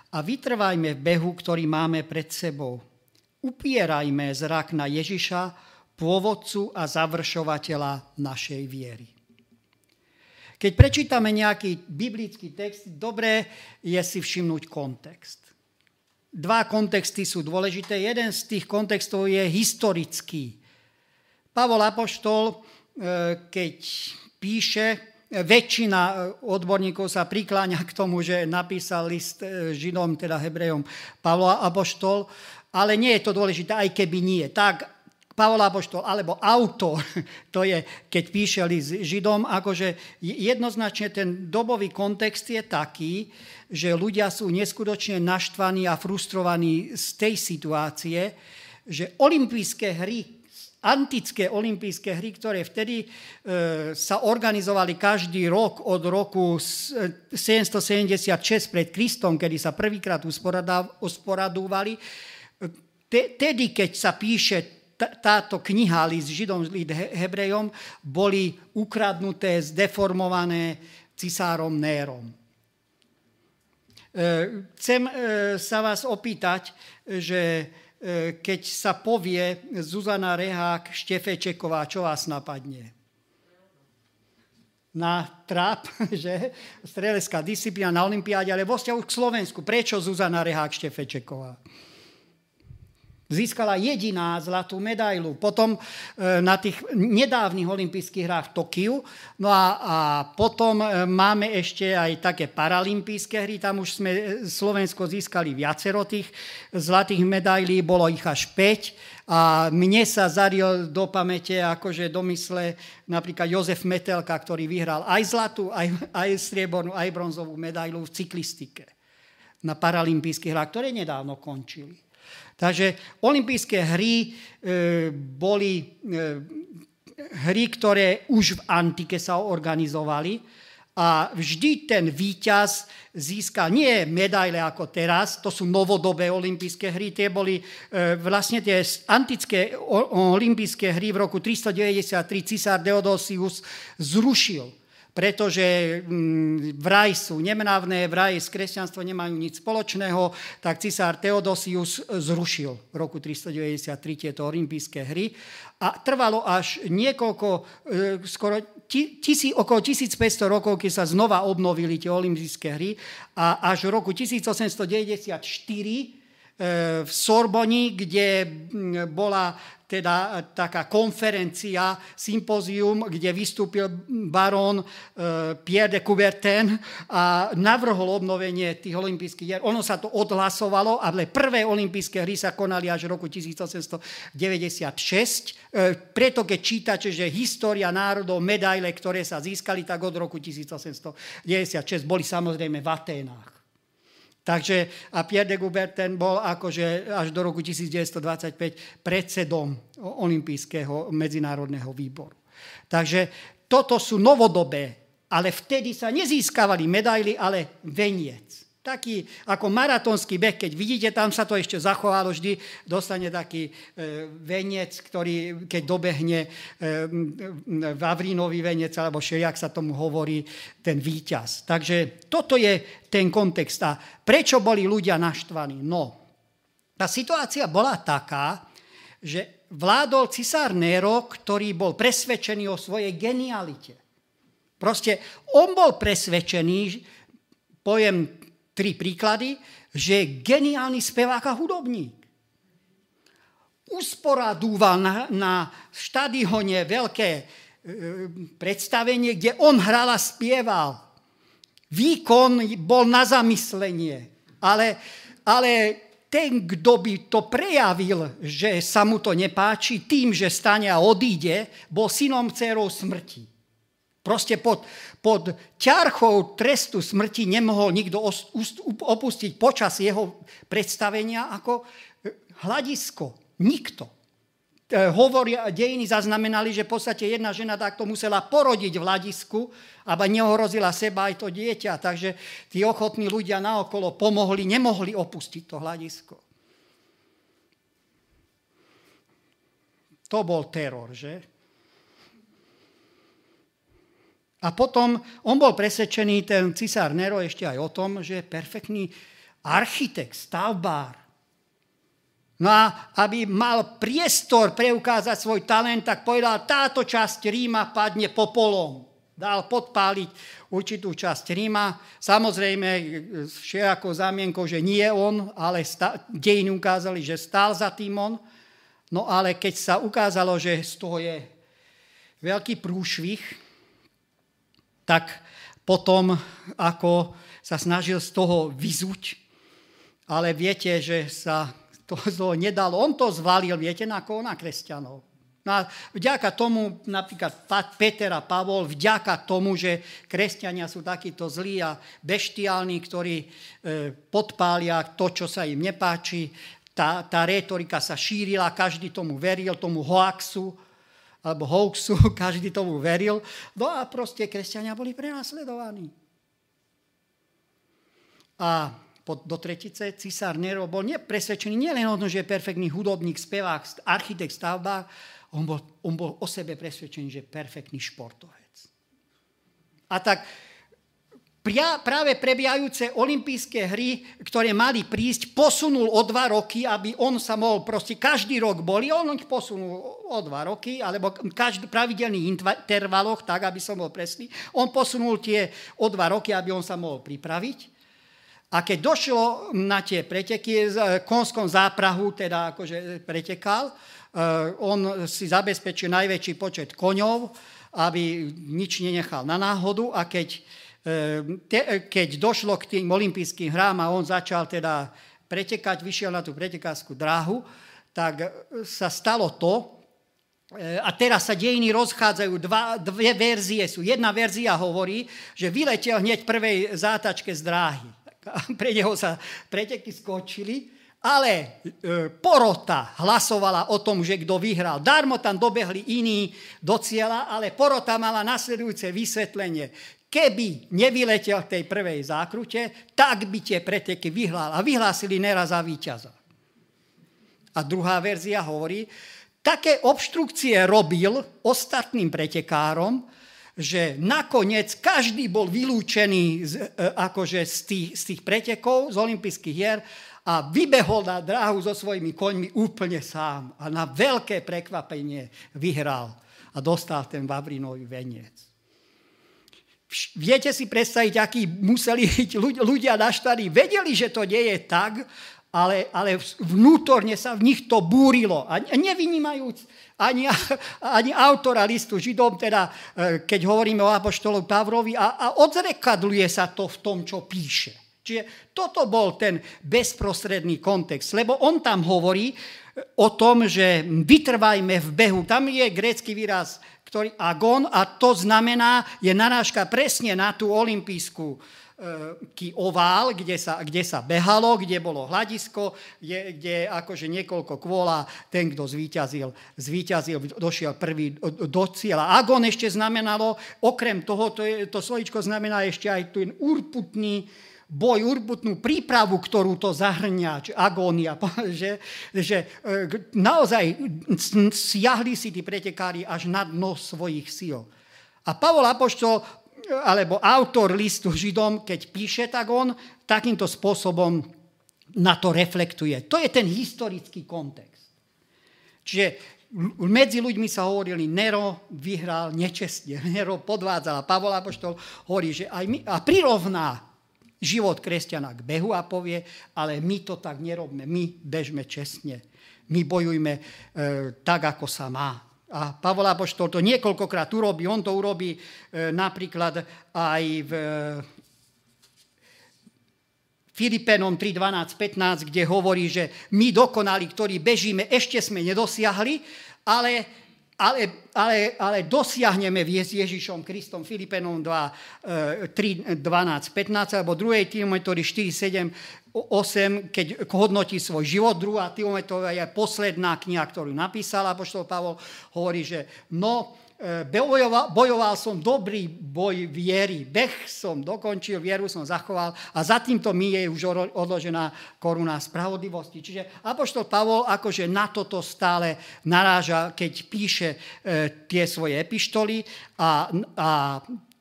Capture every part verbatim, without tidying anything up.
a vytrvajme v behu, ktorý máme pred sebou. Upierajme zrak na Ježiša, pôvodcu a završovateľa našej viery. Keď prečítame nejaký biblický text, dobré je si všimnúť kontext. Dva kontexty sú dôležité. Jeden z tých kontextov je historický. Pavol apoštol, keď píše, väčšina odborníkov sa prikláňa k tomu, že napísal list Židom, teda Hebrejom, Pavol apoštol, ale nie je to dôležité, aj keby nie. Tak Pavol apoštol, alebo autor, to je, keď píše list Židom, akože jednoznačne ten dobový kontext je taký, že ľudia sú neskutočne naštvaní a frustrovaní z tej situácie, že olympijské hry, antické olympijské hry, ktoré vtedy e, sa organizovali každý rok od roku sedemstosedemdesiatšesť pred Kristom, kedy sa prvýkrát usporadúvali, tedy, keď sa píše táto kniha, list Židom, list Hebrejom, boli ukradnuté, zdeformované cisárom Nérom. Chcem sa vás opýtať, že keď sa povie Zuzana Rehák Štefečeková, čo vás napadne? Na trap, že? Strelecká disciplína na olympiáde, ale vo vzťahu k Slovensku. Prečo Zuzana Rehák Štefečeková? Získala jediná zlatú medailu. Potom e, na tých nedávnych olympijských hrách v Tokiu. No a, a potom e, máme ešte aj také paralympijské hry. Tam už sme Slovensko získali viacero tých zlatých medailí. Bolo ich až päť. A mne sa zaril do pamäte, akože do mysle napríklad Jozef Metelka, ktorý vyhral aj zlatú, aj, aj striebornú, aj bronzovú medailu v cyklistike na paralympijských hrách, ktoré nedávno končili. Takže olympijské hry e, boli e, hry, ktoré už v antike sa organizovali a vždy ten víťaz získal nie medaile ako teraz, to sú novodobé olympijské hry, tie boli e, vlastne tie antické o, olympijské hry v roku tristodeväťdesiattri cisár Theodosius zrušil. Pretože vraj sú nemravné, vraj s kresťanstvom nemajú nič spoločného, tak cisár Theodosius zrušil v roku tristodeväťdesiattri tieto olympijské hry a trvalo až niekoľko, skoro tisí, okolo tisícpäťsto rokov, keď sa znova obnovili tie olympijské hry a až v roku tisícosemstodeväťdesiatštyri v Sorboni, kde bola teda taká konferencia, sympózium, kde vystúpil barón Pierre de Coubertin a navrhol obnovenie tých olympijských hier. Ono sa to odhlasovalo, ale prvé olympijské hry sa konali až v roku tisícosemstodeväťdesiatšesť. Preto keď čítate, že história národov, medaile, ktoré sa získali, tak od roku tisícosemstodeväťdesiatšesť boli samozrejme v Aténách. Takže a Pierre de Coubertin bol akože až do roku tisícdeväťstodvadsaťpäť predsedom olympijského medzinárodného výboru. Takže toto sú novodobé, ale vtedy sa nezískavali medaily, ale veniec. Taký ako maratónsky beh, keď vidíte, tam sa to ešte zachovalo, vždy dostane taký e, veniec, ktorý keď dobehne e, Vavrínový veniec, alebo všelijak sa tomu hovorí, ten víťaz. Takže toto je ten kontext. A prečo boli ľudia naštvaní? No, tá situácia bola taká, že vládol cisár Nero, ktorý bol presvedčený o svojej genialite. Proste on bol presvedčený, poviem tri príklady, že je geniálny spevák a hudobník. Usporadúval na, na štadióne veľké e, predstavenie, kde on hral a spieval. Výkon bol na zamyslenie, ale, ale ten, kto by to prejavil, že sa mu to nepáči, tým, že stane a odíde, bol synom dcérou smrti. Proste pod, pod ťarchou trestu smrti nemohol nikto opustiť počas jeho predstavenia ako hľadisko. Nikto. Hovoria, dejiny zaznamenali, že v podstate jedna žena takto musela porodiť v hľadisku, aby neohrozila seba aj to dieťa. Takže tí ochotní ľudia naokolo pomohli, nemohli opustiť to hľadisko. To bol teror, že? A potom on bol presvedčený, ten cisár Nero, ešte aj o tom, že je perfektný architekt, stavbár. No a aby mal priestor preukázať svoj talent, tak povedal, táto časť Ríma padne popolom. Dal podpáliť určitú časť Ríma. Samozrejme, všelijakou zámienkou, že nie on, ale sta- dejiny ukázali, že stál za tým on. No ale keď sa ukázalo, že z toho je veľký prúšvih, tak potom ako sa snažil z toho vyzuť, ale viete, že sa to z toho nedalo. On to zvalil, viete, na koho? Na kresťanov. No a vďaka tomu, napríklad Peter a Pavol, vďaka tomu, že kresťania sú takíto zlí a beštiálni, ktorí e, podpália to, čo sa im nepáči, tá, tá rétorika sa šírila, každý tomu veril, tomu hoaxu, alebo hoaxu, každý tomu veril. No a proste kresťania boli prenasledovaní. A do tretice cisár Nero bol nepresvedčený nielen o tom, že je perfektný hudobník, spevák, architekt, stavbár, on bol, on bol o sebe presvedčený, že je perfektný športovec. A tak pria, práve prebiehajúce olympijské hry, ktoré mali prísť, posunul o dva roky, aby on sa mohol, proste každý rok boli, on ich posunul o dva roky, alebo každý pravidelných intervaloch, tak, aby som bol presný, on posunul tie o dva roky, aby on sa mohol pripraviť. A keď došlo na tie preteky, v konskom záprahu, teda akože pretekal, on si zabezpečil najväčší počet koňov, aby nič nenechal na náhodu. A keď, keď došlo k tým olympijským hrám a on začal teda pretekať, vyšiel na tú pretekárskú dráhu, tak sa stalo to, a teraz sa dejiny rozchádzajú, dva, dve verzie sú. Jedna verzia hovorí, že vyletel hneď prvej zátačke z dráhy. Pre neho sa preteky skočili, ale e, porota hlasovala o tom, že kto vyhral. Darmo tam dobehli iní do cieľa, ale porota mala nasledujúce vysvetlenie. Keby nevyletel v tej prvej zákrute, tak by tie preteky vyhral. A vyhlásili Nera za víťaza. A druhá verzia hovorí, také obštrukcie robil ostatným pretekárom, že nakoniec každý bol vylúčený z, akože z, tých, z tých pretekov, z olympijských hier a vybehol na dráhu so svojimi koňmi úplne sám. A na veľké prekvapenie vyhral a dostal ten vavrinový veniec. Viete si predstaviť, akí museli byť ľudia naštvaní. Vedeli, že to nie je tak, ale, ale vnútorne sa v nich to búrilo. A nevynímajúc ani, ani autora listu Židom, teda keď hovoríme o apoštolovi Pavlovi, a, a odzrekadluje sa to v tom, čo píše. Čiže toto bol ten bezprostredný kontext, lebo on tam hovorí o tom, že vytrvajme v behu. Tam je grécky výraz, ktorý agon, a to znamená, je narážka presne na tú olympijskú ovál, kde sa, kde sa behalo, kde bolo hľadisko, kde, kde akože niekoľko kôla, ten, kto zvíťazil, zvíťazil, došiel prvý do cieľa. Agon ešte znamenalo, okrem toho, to, je, to slovíčko znamená ešte aj ten urputný boj, urputnú prípravu, ktorú to zahrňa, či agónia, že, že naozaj siahli si tí pretekári až na dno svojich síl. A Pavol apoštol, alebo autor listu Židom, keď píše, tak on takýmto spôsobom na to reflektuje. To je ten historický kontext. Čiže medzi ľuďmi sa hovorili, Nero vyhral nečestne, Nero podvádzal. A Pavol apoštol hovorí, že aj my, a prirovná život kresťana k behu a povie, ale my to tak nerobme, my bežme čestne, my bojujme e, tak, ako sa má. A Pavol apoštol to niekoľkokrát urobí. On to urobí e, napríklad aj v e, Filipenom tri dvanásť pätnásť, kde hovorí, že my dokonali, ktorí bežíme, ešte sme nedosiahli, ale, ale, ale, ale dosiahneme viesť Ježišom Kristom. Filipenom dva, tri dvanásť pätnásť, alebo druhej Timoteovi štyri sedem osem, keď hodnotí svoj život. Druhá Timoteova je posledná kniha, ktorú napísal apoštol Pavol, hovorí, že no, bojoval, bojoval som dobrý boj viery, beh som dokončil, vieru som zachoval a za týmto mi je už odložená koruna spravodlivosti. Čiže apoštol Pavol akože na toto stále naráža, keď píše e, tie svoje epištoly a, a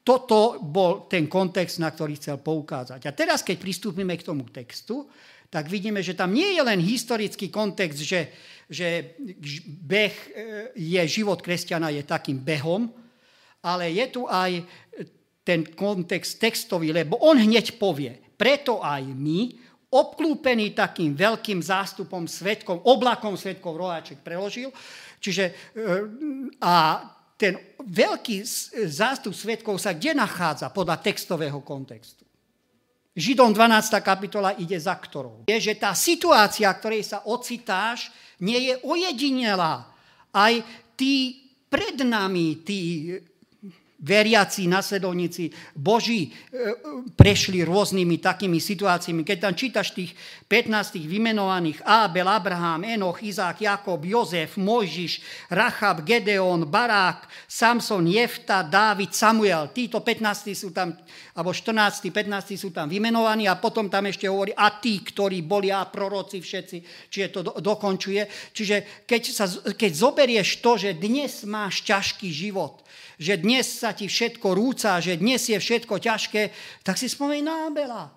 toto bol ten kontext, na ktorý chcel poukázať. A teraz, keď pristúpime k tomu textu, tak vidíme, že tam nie je len historický kontext, že, že beh je, život kresťana je takým behom, ale je tu aj ten kontext textový, lebo on hneď povie, preto aj my, obklúpený takým veľkým zástupom svedkov, oblakom svedkov, Roháček preložil, čiže a ten veľký zástup svedkov sa kde nachádza podľa textového kontextu? Židom dvanásta kapitola ide za ktorou. Je, že tá situácia, ktorej sa ocitáš, nie je ojedinelá. Aj tí pred nami, tí veriaci, nasledovníci Boží prešli rôznymi takými situáciami. Keď tam čítaš tých pätnásť vymenovaných, Ábel, Abraham, Enoch, Izák, Jakob, Jozef, Mojžiš, Rachab, Gedeon, Barák, Samson, Jefta, Dávid, Samuel. Títo pätnásť sú tam, alebo štrnásť, pätnásť sú tam vymenovaní a potom tam ešte hovorí a tí, ktorí boli a proroci všetci, čiže to do, dokončuje. Čiže keď, sa, keď zoberieš to, že dnes máš ťažký život, že dnes sa ti všetko rúca, že dnes je všetko ťažké, tak si spomeň na Ábela.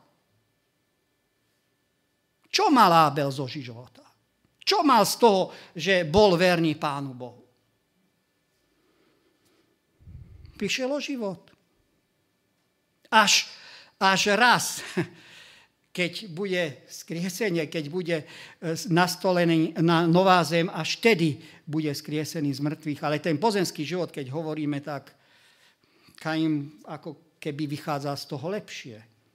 Čo mal Ábel zo života? Čo mal z toho, že bol verný Pánu Bohu? Prišiel o život. Až, až raz, keď bude skriesenie, keď bude nastolený na nová zem, až vtedy bude skriesený z mŕtvych. Ale ten pozemský život, keď hovoríme, tak Kain ako keby vychádza z toho lepšie.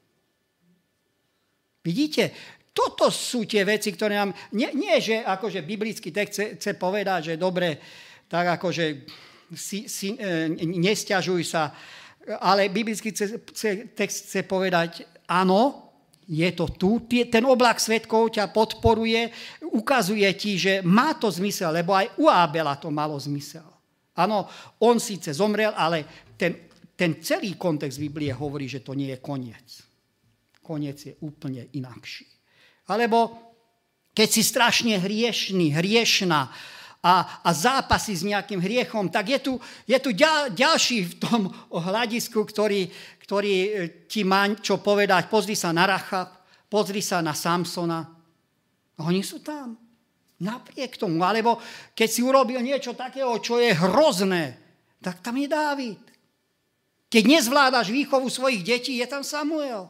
Vidíte, toto sú tie veci, ktoré nám... Nie, nie že akože biblický text chce, chce povedať, že dobre, tak akože si, si, e, nesťažuj sa, ale biblický text chce povedať, áno, je to tu, ten oblak svedkov ťa podporuje, ukazuje ti, že má to zmysel, lebo aj u Ábela to malo zmysel. Áno, on síce zomrel, ale ten, ten celý kontext Biblie hovorí, že to nie je koniec. Koniec je úplne inakší. Alebo keď si strašne hriešný, hriešná a, a zápasy s nejakým hriechom, tak je tu, je tu ďal, ďalší v tom hľadisku, ktorý, ktorý ti má čo povedať. Pozri sa na Rachab, pozri sa na Samsona. Oni sú tam. Napriek tomu. Alebo keď si urobil niečo takého, čo je hrozné, tak tam je Dávid. Keď nezvládaš výchovu svojich detí, je tam Samuel.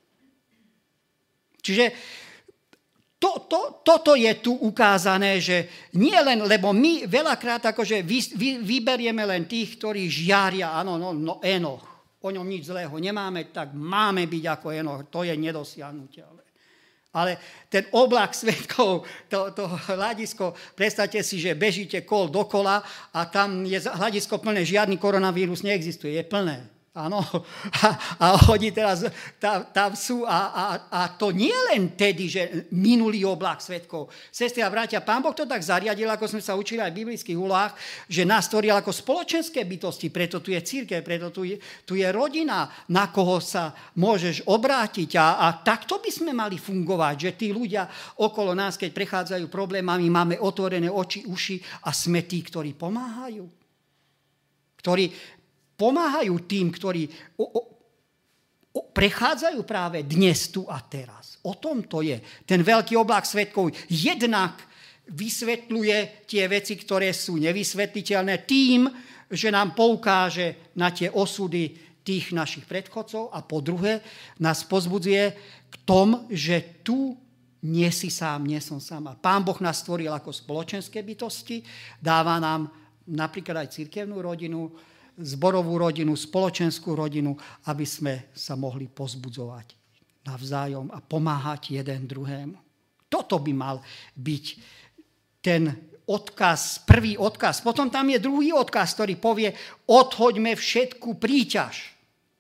Čiže To, to, toto je tu ukázané, že nie len, lebo my veľakrát akože vy, vy, vyberieme len tých, ktorí žiaria, áno, no, no Enoch, o ňom nič zlého nemáme, tak máme byť ako Enoch, to je nedosiahnuteľné. Ale ten oblak svedkov, to, to hľadisko, predstavte si, že bežíte kol dokola a tam je hľadisko plné, žiadny koronavírus neexistuje, je plné. Áno, a, a oni teraz tam, tam sú a, a, a to nie len tedy, že minulý oblak svedkov. Sestry a bratia, Pán Boh to tak zariadil, ako sme sa učili aj v biblických úlohách, že nás stvoril ako spoločenské bytosti, preto tu je cirkev, preto tu je, tu je rodina, na koho sa môžeš obrátiť a, a takto by sme mali fungovať, že tí ľudia okolo nás, keď prechádzajú problémami, máme otvorené oči, uši a sme tí, ktorí pomáhajú. Ktorí pomáhajú tým, ktorí o, o, o, prechádzajú práve dnes, tu a teraz. O tom to je. Ten veľký oblak svedkov jednak vysvetľuje tie veci, ktoré sú nevysvetliteľné tým, že nám poukáže na tie osudy tých našich predchodcov a po druhé nás pozbudzuje k tom, že tu nie si sám, nie som sám. A Pán Boh nás stvoril ako spoločenské bytosti, dáva nám napríklad aj cirkevnú rodinu, zborovú rodinu, spoločenskú rodinu, aby sme sa mohli pozbudzovať navzájom a pomáhať jeden druhému. Toto by mal byť ten odkaz, prvý odkaz. Potom tam je druhý odkaz, ktorý povie, odhoďme všetku príťaž.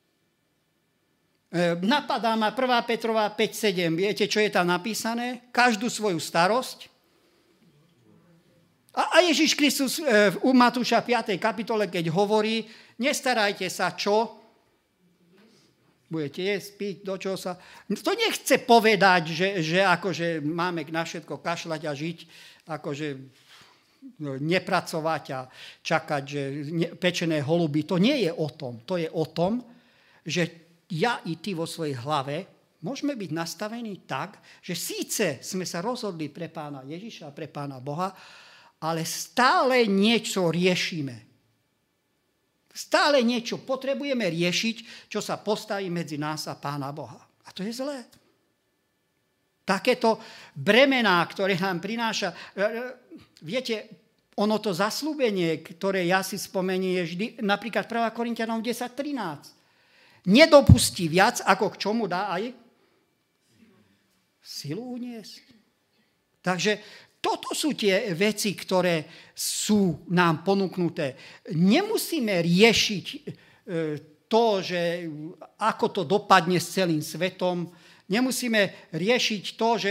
Napadá ma prvá Petrova päť sedem. Viete, čo je tam napísané? Každú svoju starosť. A Ježiš Kristus u Matúša piatej kapitole, keď hovorí, nestarajte sa čo? Budete jesť, piť, do čoho sa... To nechce povedať, že, že akože máme na všetko kašľať a žiť, akože nepracovať a čakať, že pečené holuby. To nie je o tom. To je o tom, že ja i ty vo svojej hlave môžeme byť nastavení tak, že síce sme sa rozhodli pre Pána Ježiša, pre Pána Boha, ale stále niečo riešime. Stále niečo potrebujeme riešiť, čo sa postaví medzi nás a Pána Boha. A to je zlé. Takéto bremená, ktoré nám prináša, viete, ono to zasľúbenie, ktoré ja si spomeniem, je vždy, napríklad prvá Korinťanom desať trinásť. Nedopustí viac, ako k čomu dá aj silu uniesť. Takže toto sú tie veci, ktoré sú nám ponúknuté. Nemusíme riešiť to, že ako to dopadne s celým svetom. Nemusíme riešiť to, že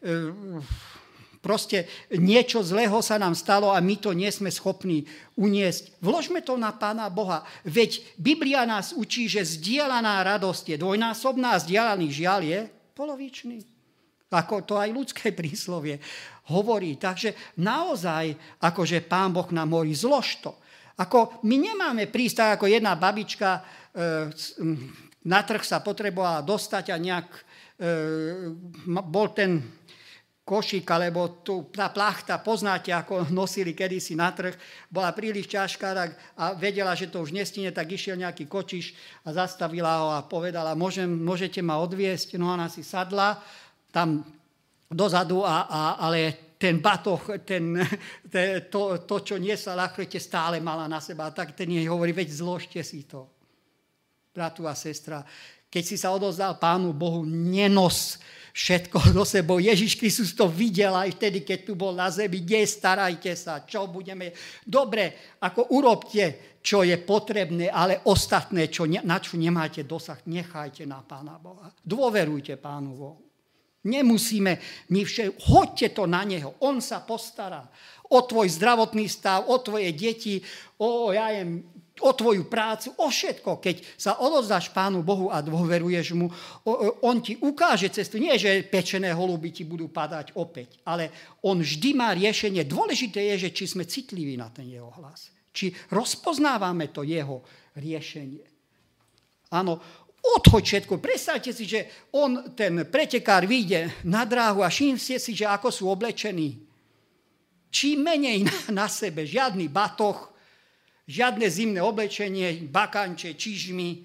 proste niečo zlého sa nám stalo a my to nie sme schopní uniesť. Vložme to na Pána Boha. Veď Biblia nás učí, že zdieľaná radosť je dvojnásobná a zdieľaný žiaľ je polovičný. Ako to aj ľudské príslovie hovorí. Takže naozaj, akože Pán Boh nám hovorí, zlož to. Ako my nemáme prísť tak, ako jedna babička e, na trh sa potrebovala dostať a nejak e, bol ten košík, alebo tú, tá plachta, poznáte, ako nosili kedysi na trh, bola príliš ťažká tak, a vedela, že to už nestihne, tak išiel nejaký kočiš a zastavila ho a povedala, Môžem, môžete ma odviesť. No ona si sadla tam dozadu, a, a, ale ten batoh, ten, te, to, to, čo niesla ľahkote, stále mala na seba. A tak ten jej hovorí, veď zložte si to. Bratu a sestra, keď si sa odozdal Pánu Bohu, nenos všetko do sebou. Ježiš Kristus to videl aj vtedy, keď tu bol na zemi. Nestarajte sa, čo budeme... Dobre, ako urobte, čo je potrebné, ale ostatné, čo, na čo nemáte dosah, nechajte na Pána Boha. Dôverujte Pánu Bohu. Nemusíme my všetko, hoďte to na Neho, On sa postará o tvoj zdravotný stav, o tvoje deti, o, ja jem, o tvoju prácu, o všetko. Keď sa odovzdáš Pánu Bohu a dôveruješ mu, On ti ukáže cestu. Nie, že pečené holuby ti budú padať opäť, ale On vždy má riešenie. Dôležité je, že či sme citliví na ten Jeho hlas. Či rozpoznávame to Jeho riešenie. Áno, odhoď všetko. Predstavte si, že on, ten pretekár, vyjde na dráhu a všimnite si, že ako sú oblečení. Čím menej na, na sebe, žiadny batoh, žiadne zimné oblečenie, bakanče, čižmy.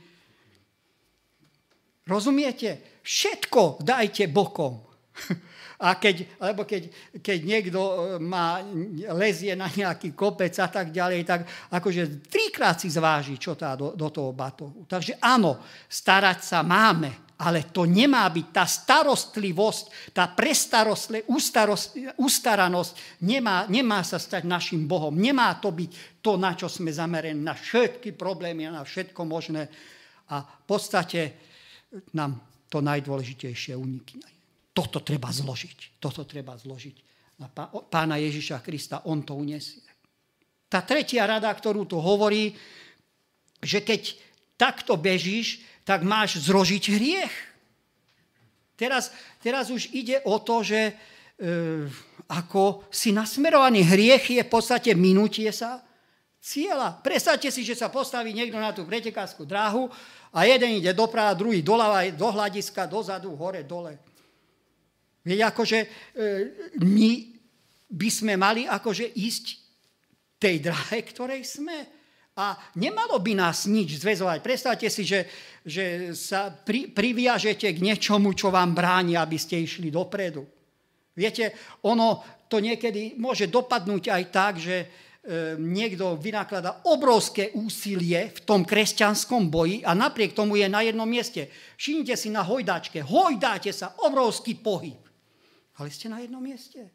Rozumiete? Všetko dajte bokom. A keď, alebo keď, keď niekto má, lezie na nejaký kopec a tak ďalej, tak akože trikrát si zváži, čo tá do, do toho batohu. Takže áno, starať sa máme, ale to nemá byť tá starostlivosť, tá prestarostlivosť, ustaranosť, nemá, nemá sa stať našim Bohom. Nemá to byť to, na čo sme zamerení, na všetky problémy, na všetko možné. A v podstate nám to najdôležitejšie unikne. Toto treba zložiť. Toto treba zložiť na Pána Ježiša Krista. On to uniesie. Tá tretia rada, ktorú tu hovorí, že keď takto bežíš, tak máš zrožiť hriech. Teraz, teraz už ide o to, že e, ako si nasmerovaný, hriech je v podstate minutie sa cieľa. Predstavte si, že sa postaví niekto na tú pretekárskú dráhu a jeden ide doprava, druhý doľava, do hľadiska, dozadu, hore, dole. Veď akože e, my by sme mali akože ísť tej dráhe, ktorej sme. A nemalo by nás nič zväzovať. Predstavte si, že, že sa pri, priviažete k niečomu, čo vám bráni, aby ste išli dopredu. Viete, ono to niekedy môže dopadnúť aj tak, že e, niekto vynakladá obrovské úsilie v tom kresťanskom boji a napriek tomu je na jednom mieste. Všimnite si na hojdačke, hojdáte sa, obrovský pohyb. Ale ste na jednom mieste.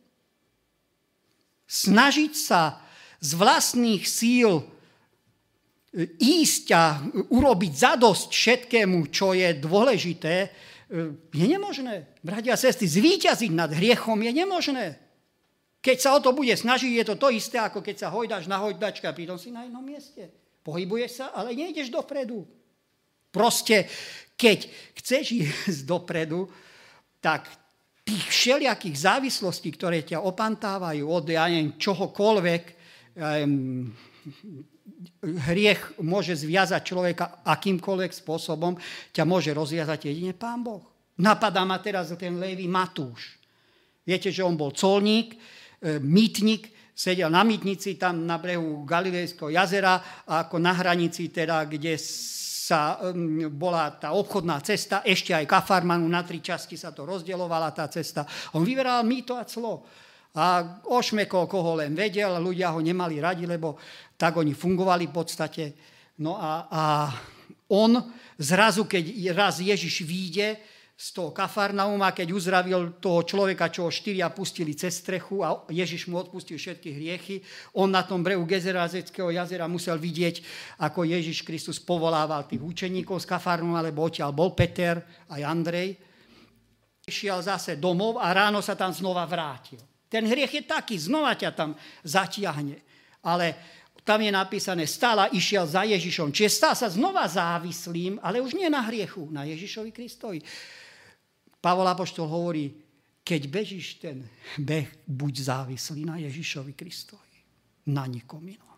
Snažiť sa z vlastných síl ísť a urobiť zadosť všetkému, čo je dôležité, je nemožné. Bratia a sestry, zvíťaziť nad hriechom je nemožné. Keď sa o to bude snažiť, je to to isté, ako keď sa hojdáš na hojdačke a pritom si na jednom mieste. Pohybuješ sa, ale nejdeš dopredu. Proste, keď chceš ísť dopredu, tak tých všelijakých závislostí, ktoré ťa opantávajú od, ja neviem, čohokoľvek, hriech môže zviazať človeka akýmkoľvek spôsobom, ťa môže rozviazať jedine Pán Boh. Napadá ma teraz ten Lévi Matúš. Viete, že on bol colník, mýtnik, sedel na mýtnici tam na brehu Galilejského jazera a ako na hranici, teda, kde sa bola tá obchodná cesta, ešte aj Kafarmanu, na tri časti sa to rozdielovala tá cesta. On vyberal mýto a clo. A ošmekol, koho len vedel, ľudia ho nemali radi, lebo tak oni fungovali v podstate. No a, a on zrazu, keď raz Ježiš vyjde z toho Kafarnauma, keď uzdravil toho človeka, čo ho štyria pustili cez strechu a Ježiš mu odpustil všetky hriechy, on na tom brehu Gezerázeckého jazera musel vidieť, ako Ježiš Kristus povolával tých učeníkov z Kafarnauma, lebo odtiaľ bol Peter aj Andrej. Išiel zase domov a ráno sa tam znova vrátil. Ten hriech je taký, znova ťa tam zatiahne. Ale tam je napísané, stále išiel za Ježišom. Čiže stal sa znova závislým, ale už nie na hriechu, na Ježišovi Kristovi. Pavol apoštol hovorí, keď bežíš ten beh, buď závislý na Ježišovi Kristovi. Na nikom inom.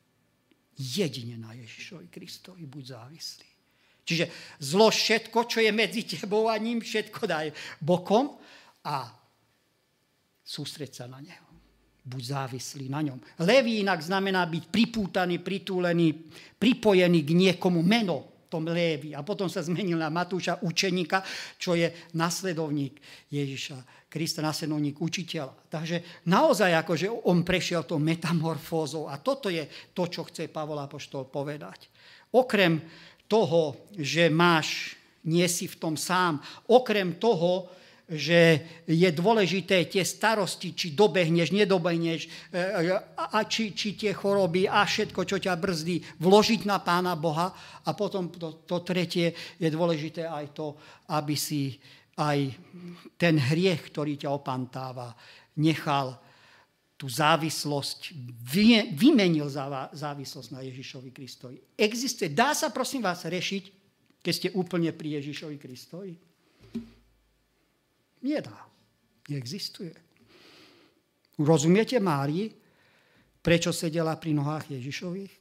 Jedine na Ježišovi Kristovi buď závislý. Čiže zlož všetko, čo je medzi tebou a ním, všetko daj bokom a sústreď sa na neho. Buď závislý na ňom. Leví inak znamená byť pripútaný, pritúlený, pripojený k niekomu, meno, tom Lévi. A potom sa zmenil na Matúša, učeníka, čo je nasledovník Ježiša Krista, nasledovník učiteľa. Takže naozaj akože on prešiel tou metamorfózou a toto je to, čo chce Pavol apoštol povedať. Okrem toho, že máš, nie si v tom sám, okrem toho, že je dôležité tie starosti, či dobehneš, nedobehneš, a či, či tie choroby a všetko, čo ťa brzdí, vložiť na Pána Boha. A potom to, to tretie je dôležité aj to, aby si aj ten hriech, ktorý ťa opantáva, nechal tú závislosť, vymenil závislosť na Ježišovi Kristovi. Existuje, dá sa prosím vás rešiť, keď ste úplne pri Ježišovi Kristovi? Nedá. Neexistuje. Rozumiete Márii, prečo sedela pri nohách Ježišových?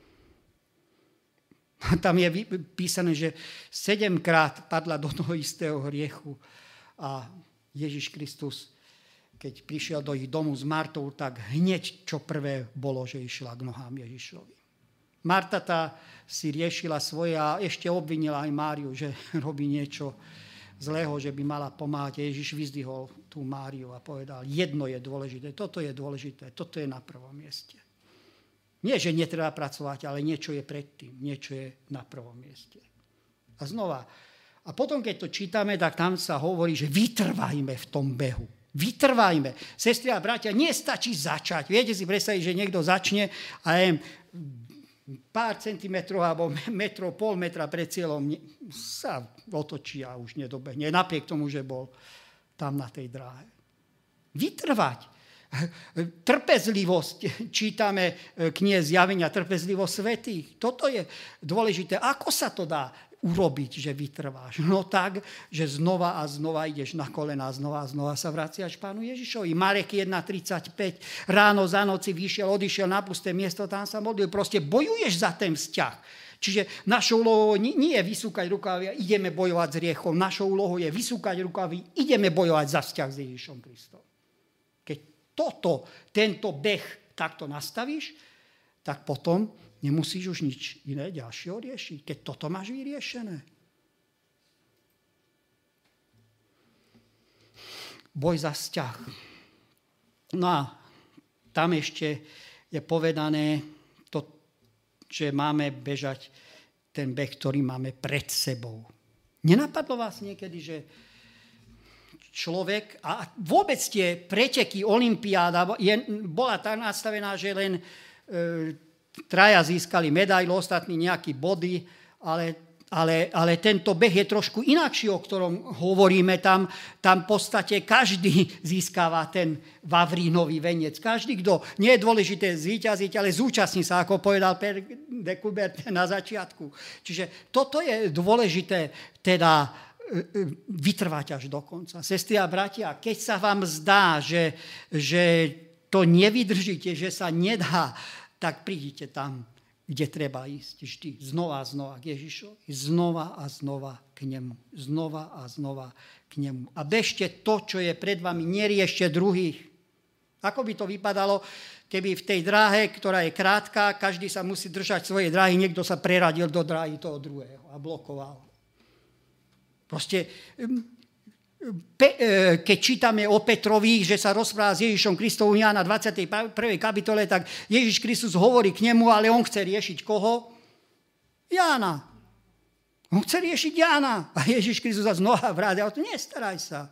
Tam je písané, že sedemkrát padla do toho istého hriechu a Ježiš Kristus, keď prišiel do ich domu s Martou, tak hneď čo prvé bolo, že išla k nohám Ježišovi. Marta tá si riešila svoje a ešte obvinila aj Máriu, že robí niečo zlého, že by mala pomáhať. Ježiš vyzdvihol tú Máriu a povedal, jedno je dôležité, toto je dôležité, toto je na prvom mieste. Nie, že netreba pracovať, ale niečo je predtým, niečo je na prvom mieste. A znova, a potom, keď to čítame, tak tam sa hovorí, že vytrvajme v tom behu. Vytrvajme. Sestri a bratia, nestačí začať. Viete si predstaviť, že niekto začne a je pár centimetrov alebo metro, pol metra pred cieľom sa otočí a už nedobehne. Napriek tomu, že bol tam na tej dráhe. Vytrvať. Trpezlivosť. Čítame knihe Zjavenia, trpezlivosť svätých. Toto je dôležité. Ako sa to dá urobiť, že vytrváš? No tak, že znova a znova ideš na kolená, znova a znova sa vraciaš Pánu Ježišovi. Marek jeden tridsaťpäť, ráno za noci vyšiel, odišiel na pusté miesto, tam sa modlil. Proste bojuješ za ten vzťah. Čiže našou úlohou nie je vysúkať rukávy a ideme bojovať s hriechom. Našou úlohou je vysúkať rukávy, ideme bojovať za vzťah s Ježišom Kristom. Keď toto, tento beh takto nastavíš, tak potom nemusíš už nič iné ďalšieho riešiť, keď toto máš vyriešené. Boj za vzťah. No a tam ešte je povedané to, že máme bežať ten beh, ktorý máme pred sebou. Nenapadlo vás niekedy, že človek, a vôbec tie preteky, olympiáda, je, bola tak nastavená, že len e, traja získali medailu, ostatní nejaké body, ale, ale, ale tento beh je trošku inakší, o ktorom hovoríme. Tam, tam v podstate každý získava ten vavrínový veniec. Každý, kto nie je dôležité zvíťaziť, ale zúčastní sa, ako povedal Per de Coubertin na začiatku. Čiže toto je dôležité, teda vytrvať až do konca. Sestry a bratia, keď sa vám zdá, že, že to nevydržíte, že sa nedá, tak prídite tam, kde treba ísť. Vždy znova a znova k Ježišovi. Znova a znova k nemu. Znova a znova k nemu. A bežte to, čo je pred vami, neriešte druhých. Ako by to vypadalo, keby v tej dráhe, ktorá je krátka, každý sa musí držať svojej dráhy, niekto sa preradil do dráhy toho druhého a blokoval. Proste, keď čítame o Petrovi, že sa rozpráva s Ježišom Kristom v Jána dvadsiatej prvej kapitole, tak Ježiš Kristus hovorí k nemu, ale on chce riešiť koho? Jána. On chce riešiť Jána. A Ježiš Kristus sa znova vrátil. Nestaraj sa.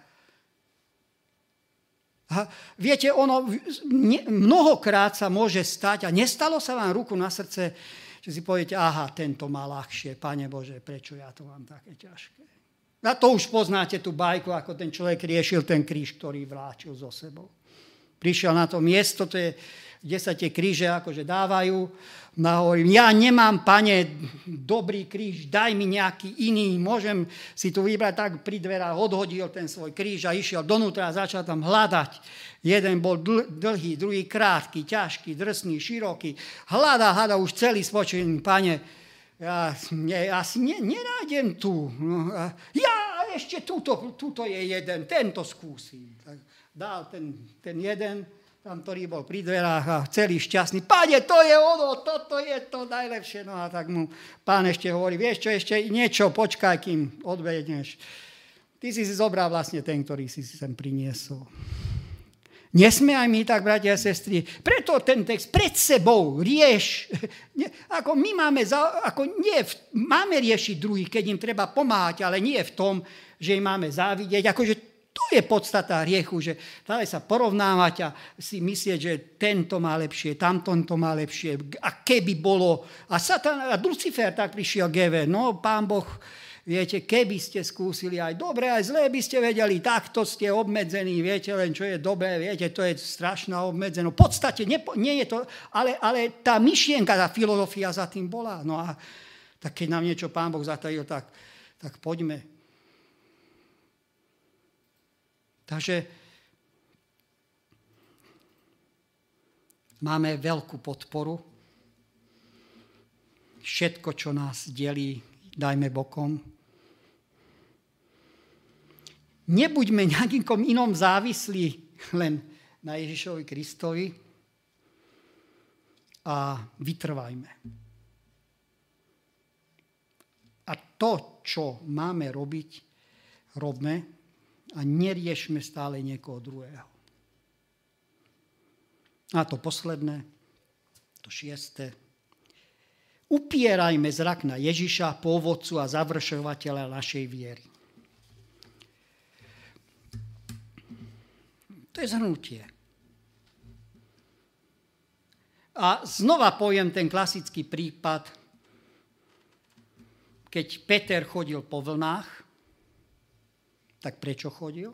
A viete, ono mnohokrát sa môže stať, a nestalo sa vám ruku na srdce, že si poviete, aha, tento má ľahšie, Pane Bože, prečo ja to mám také ťažké. A to už poznáte tú bajku, ako ten človek riešil ten kríž, ktorý vláčil so sebou. Prišiel na to miesto, to je, kde sa tie kríže akože dávajú. A hovorím, ja nemám, Pane, dobrý kríž, daj mi nejaký iný, môžem si tu vybrať. Tak pri dverách odhodil ten svoj kríž a išiel donútra a začal tam hľadať. Jeden bol dl- dlhý, druhý krátky, ťažký, drsný, široký. Hľadá, hľadá už celý spočín, Pane, ja ne, asi ne, nenájdem tu. No, a ja ešte túto, túto je jeden, tento skúsim. Tak dal ten, ten jeden, tam, ktorý bol pri dverách a celý šťastný. Pane, to je ono, toto je to najlepšie. No a tak mu pán ešte hovorí, vieš čo, ešte niečo, počkaj, kým odbehneš. Ty si si zobral vlastne ten, ktorý si si sem priniesol. Nesme aj my tak, bratia a sestry. Preto ten text pred sebou rieš. Ako my máme, za, ako nie, máme riešiť druhých, keď im treba pomáhať, ale nie v tom, že im máme závidieť. Akože to je podstata hriechu, že dále sa porovnávať a si myslieť, že tento má lepšie, tamto to má lepšie. A keby bolo. A Satan, a Lucifer tak prišiel Geve. No, Pán Boh, viete, keby ste skúsili aj dobre, aj zlé, by ste vedeli, takto ste obmedzení, viete len, čo je dobré, viete, to je strašná obmedzená. V podstate nie, nie je to, ale, ale tá myšlienka, tá filozofia za tým bola. No a tak keď nám niečo Pán Boh zatajil, tak, tak poďme. Takže máme veľkú podporu. Všetko, čo nás delí, dajme bokom. Nebuďme nejakým inom závislí len na Ježišovi Kristovi a vytrvajme. A to, čo máme robiť, robme a neriešme stále niekoho druhého. A to posledné, to šieste. Upierajme zrak na Ježiša, pôvodcu a završovateľa našej viery. To je zhrnutie. A znova poviem ten klasický prípad, keď Peter chodil po vlnách, tak prečo chodil?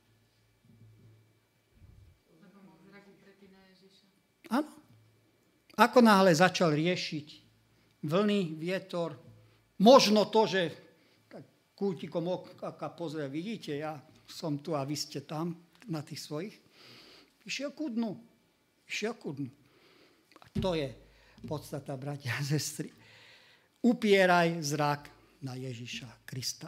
Áno. Ako náhle začal riešiť vlny, vietor, možno to, že kútikom oka pozrie, vidíte, ja som tu a vy ste tam, na tých svojich, išiel ku dnu. Išiel ku dnu. A to je podstata, bratia a sestry. Upieraj zrak na Ježiša Krista.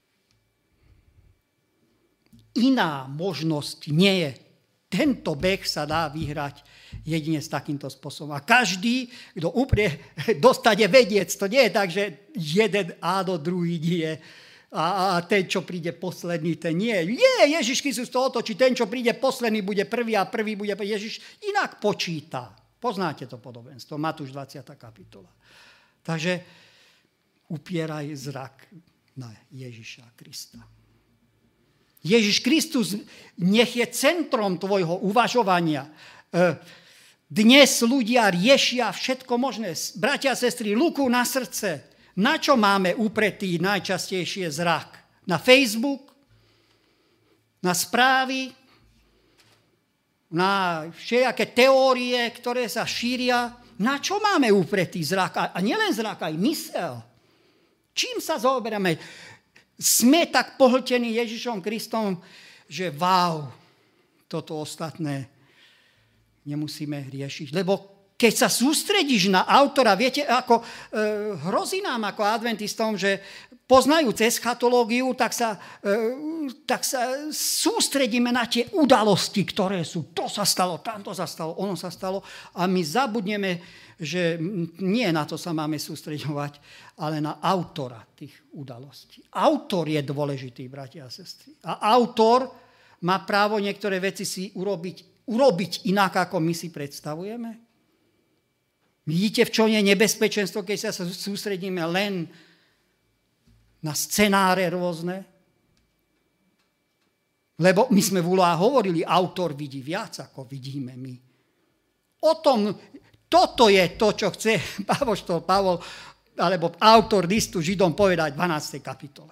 Iná možnosť nie je. Tento beh sa dá vyhrať jedine s takýmto spôsobom. A každý, kto uprie, dostane vediec. To nie je tak, že jeden áno, druhý nie. A, a ten, čo príde posledný, ten nie. Nie, Ježiš Kristus to otočí. Ten, čo príde posledný, bude prvý a prvý bude Ježiš. Inak počíta. Poznáte to podobenstvo. Matúš dvadsiata kapitola. Takže upieraj zrak na Ježiša Krista. Ježiš Kristus nech je centrom tvojho uvažovania. Dnes ľudia riešia všetko možné. Bratia a sestry, ruku na srdce. Na čo máme upretý najčastejšie zrak? Na Facebook? Na správy? Na všelijaké teórie, ktoré sa šíria? Na čo máme upretý zrak? A nielen zrak, aj mysel. Čím sa zaoberáme? Sme tak pohltení Ježišom Kristom, že wow, toto ostatné nemusíme riešiť. Lebo Keď sa sústredíš na autora, viete, ako e, hrozí nám ako adventistom, že poznajúc eschatológiu, tak sa, e, tak sa sústredíme na tie udalosti, ktoré sú. To sa stalo, tamto sa stalo, ono sa stalo. A my zabudneme, že nie na to sa máme sústreďovať, ale na autora tých udalostí. Autor je dôležitý, bratia a sestry. A autor má právo niektoré veci si urobiť, urobiť inak, ako my si predstavujeme. Vidíte, v čom je nebezpečenstvo, keď sa sústredíme len na scenáre rôzne? Lebo my sme v úlohách hovorili, autor vidí viac, ako vidíme my. O tom, toto je to, čo chce apoštol Pavol, alebo autor listu Židom povedať v dvanástej kapitole.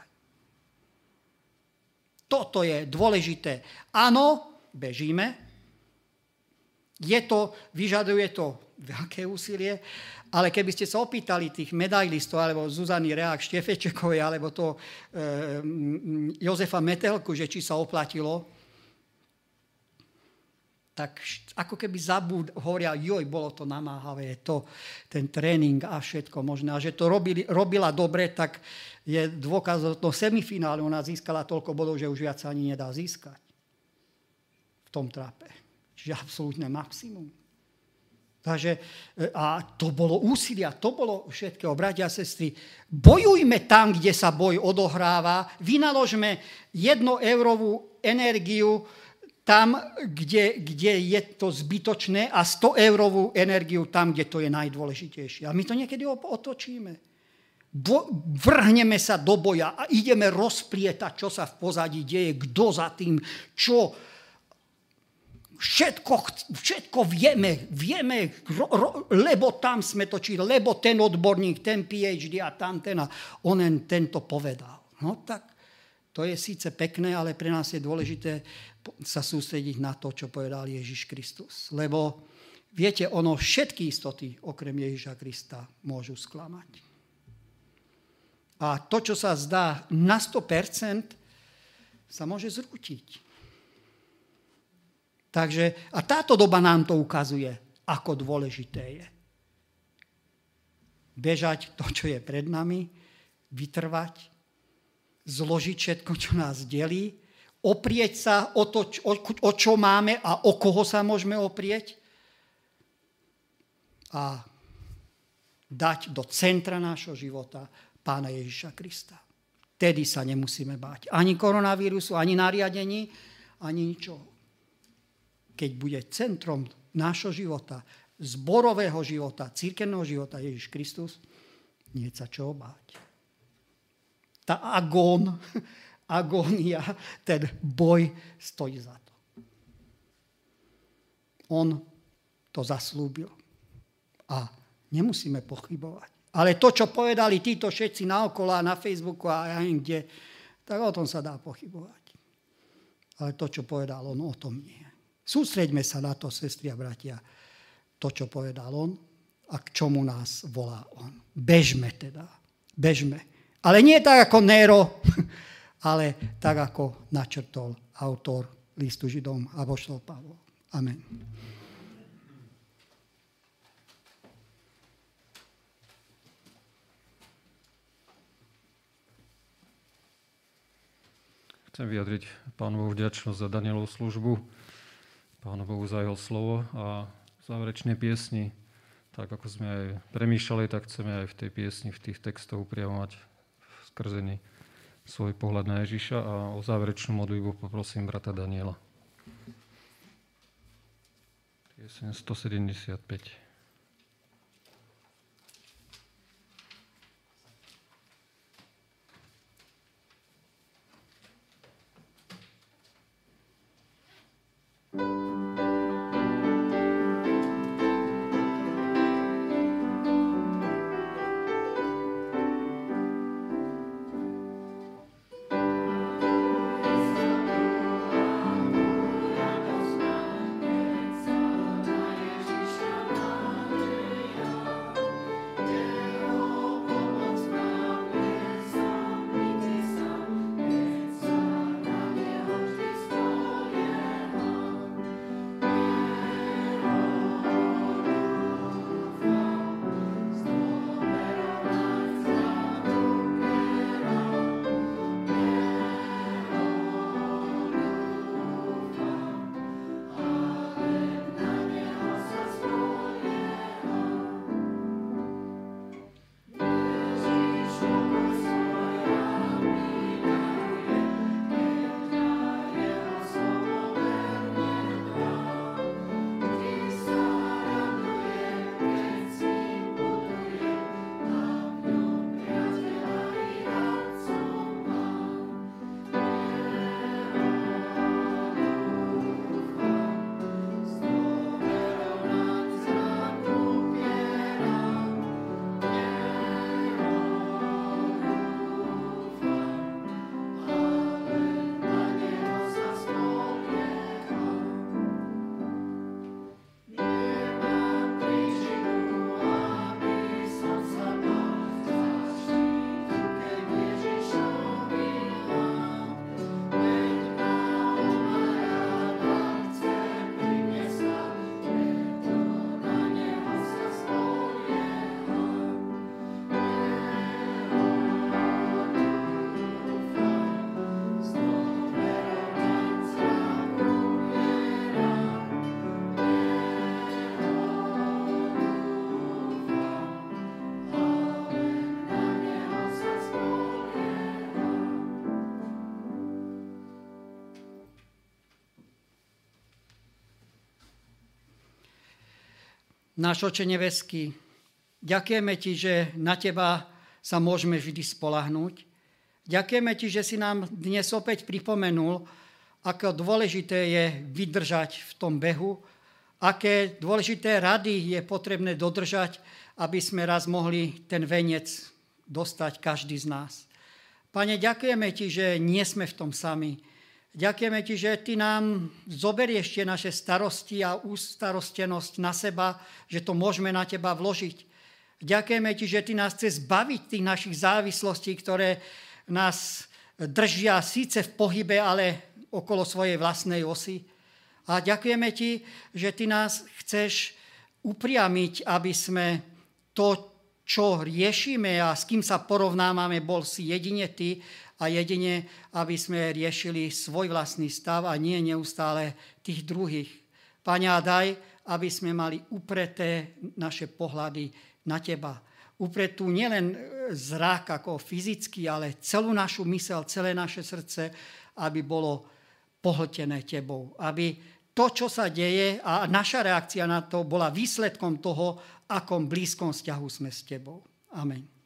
Toto je dôležité. Áno, bežíme. Je to, vyžaduje to veľké úsilie, ale keby ste sa opýtali tých medailistov, alebo Zuzany Reák Štefečekovej, alebo to e, Jozefa Metelku, že či sa oplatilo, tak ako keby zabud, hovoria, joj, bolo to namáhavé, to, ten tréning a všetko možné. A že to robili, robila dobre, tak je dôkaz, do semifinále ona získala toľko bodov, že už viac sa ani nedá získať v tom trápe. Čiže absolútne maximum. Takže, a to bolo úsilia, to bolo všetkého, bratia a sestry. Bojujme tam, kde sa boj odohráva, vynaložme jednoeurovú energiu tam, kde, kde je to zbytočné a stoeurovú energiu tam, kde to je najdôležitejšie. A my to niekedy otočíme. Bo, vrhneme sa do boja a ideme rozplietať, čo sa v pozadí deje, kto za tým, čo. Všetko, všetko vieme, vieme, ro, ro, lebo tam sme točili, lebo ten odborník, ten PhD a tam ten a onen tento povedal. No tak to je síce pekné, ale pre nás je dôležité sa sústrediť na to, čo povedal Ježiš Kristus. Lebo viete, ono všetky istoty okrem Ježiša Krista môžu sklamať. A to, čo sa zdá na sto percent, sa môže zrútiť. Takže, a táto doba nám to ukazuje, ako dôležité je. Bežať to, čo je pred nami, vytrvať, zložiť všetko, čo nás delí, oprieť sa o to, o, o čo máme a o koho sa môžeme oprieť a dať do centra nášho života Pána Ježiša Krista. Tedy sa nemusíme báť ani koronavírusu, ani nariadení, ani ničoho. Keď bude centrom nášho života, zborového života, cirkevného života Ježiš Kristus, nie sa čo báť. Tá agón, agónia, ten boj stojí za to. On to zaslúbil. A nemusíme pochybovať. Ale to, čo povedali títo všetci naokolo a na Facebooku a aj kde, tak o tom sa dá pochybovať. Ale to, čo povedal on, o tom nie. Sústreďme sa na to, sestri a bratia, to, čo povedal on a k čomu nás volá on. Bežme teda, bežme. Ale nie tak ako Nero, ale tak ako načrtol autor listu Židom apoštol Pavol. Amen. Chcem vyjadriť Pánu Bohu vďačnosť za Danielovú službu, Pánu Bohu za jeho slovo a záverečné piesni. Tak ako sme aj premýšľali, tak chceme aj v tej piesni, v tých textoch upriamovať skrzený svoj pohľad na Ježiša a o záverečnú modlitbu poprosím brata Daniela. Pieseň stosedemdesiatpäť. Ježiša Náš Oče nebeský, ďakujeme Ti, že na Teba sa môžeme vždy spolahnúť. Ďakujeme Ti, že si nám dnes opäť pripomenul, ako dôležité je vydržať v tom behu, aké dôležité rady je potrebné dodržať, aby sme raz mohli ten veniec dostať každý z nás. Pane, ďakujeme Ti, že nie sme v tom sami. Ďakujeme Ti, že Ty nám zoberieš tie naše starosti a ústarostenosť na seba, že to môžeme na Teba vložiť. Ďakujeme Ti, že Ty nás chceš zbaviť tých našich závislostí, ktoré nás držia síce v pohybe, ale okolo svojej vlastnej osy. A ďakujeme Ti, že Ty nás chceš upriamiť, aby sme to, čo riešime a s kým sa porovnávame, bol si jedine Ty a jedine, aby sme riešili svoj vlastný stav a nie neustále tých druhých. Pane, a daj, aby sme mali upreté naše pohľady na Teba. Upretú nielen zrak ako fyzicky, ale celú našu myseľ, celé naše srdce, aby bolo pohltené Tebou. Aby to, čo sa deje a naša reakcia na to bola výsledkom toho, akom blízkom vzťahu sme s Tebou. Amen.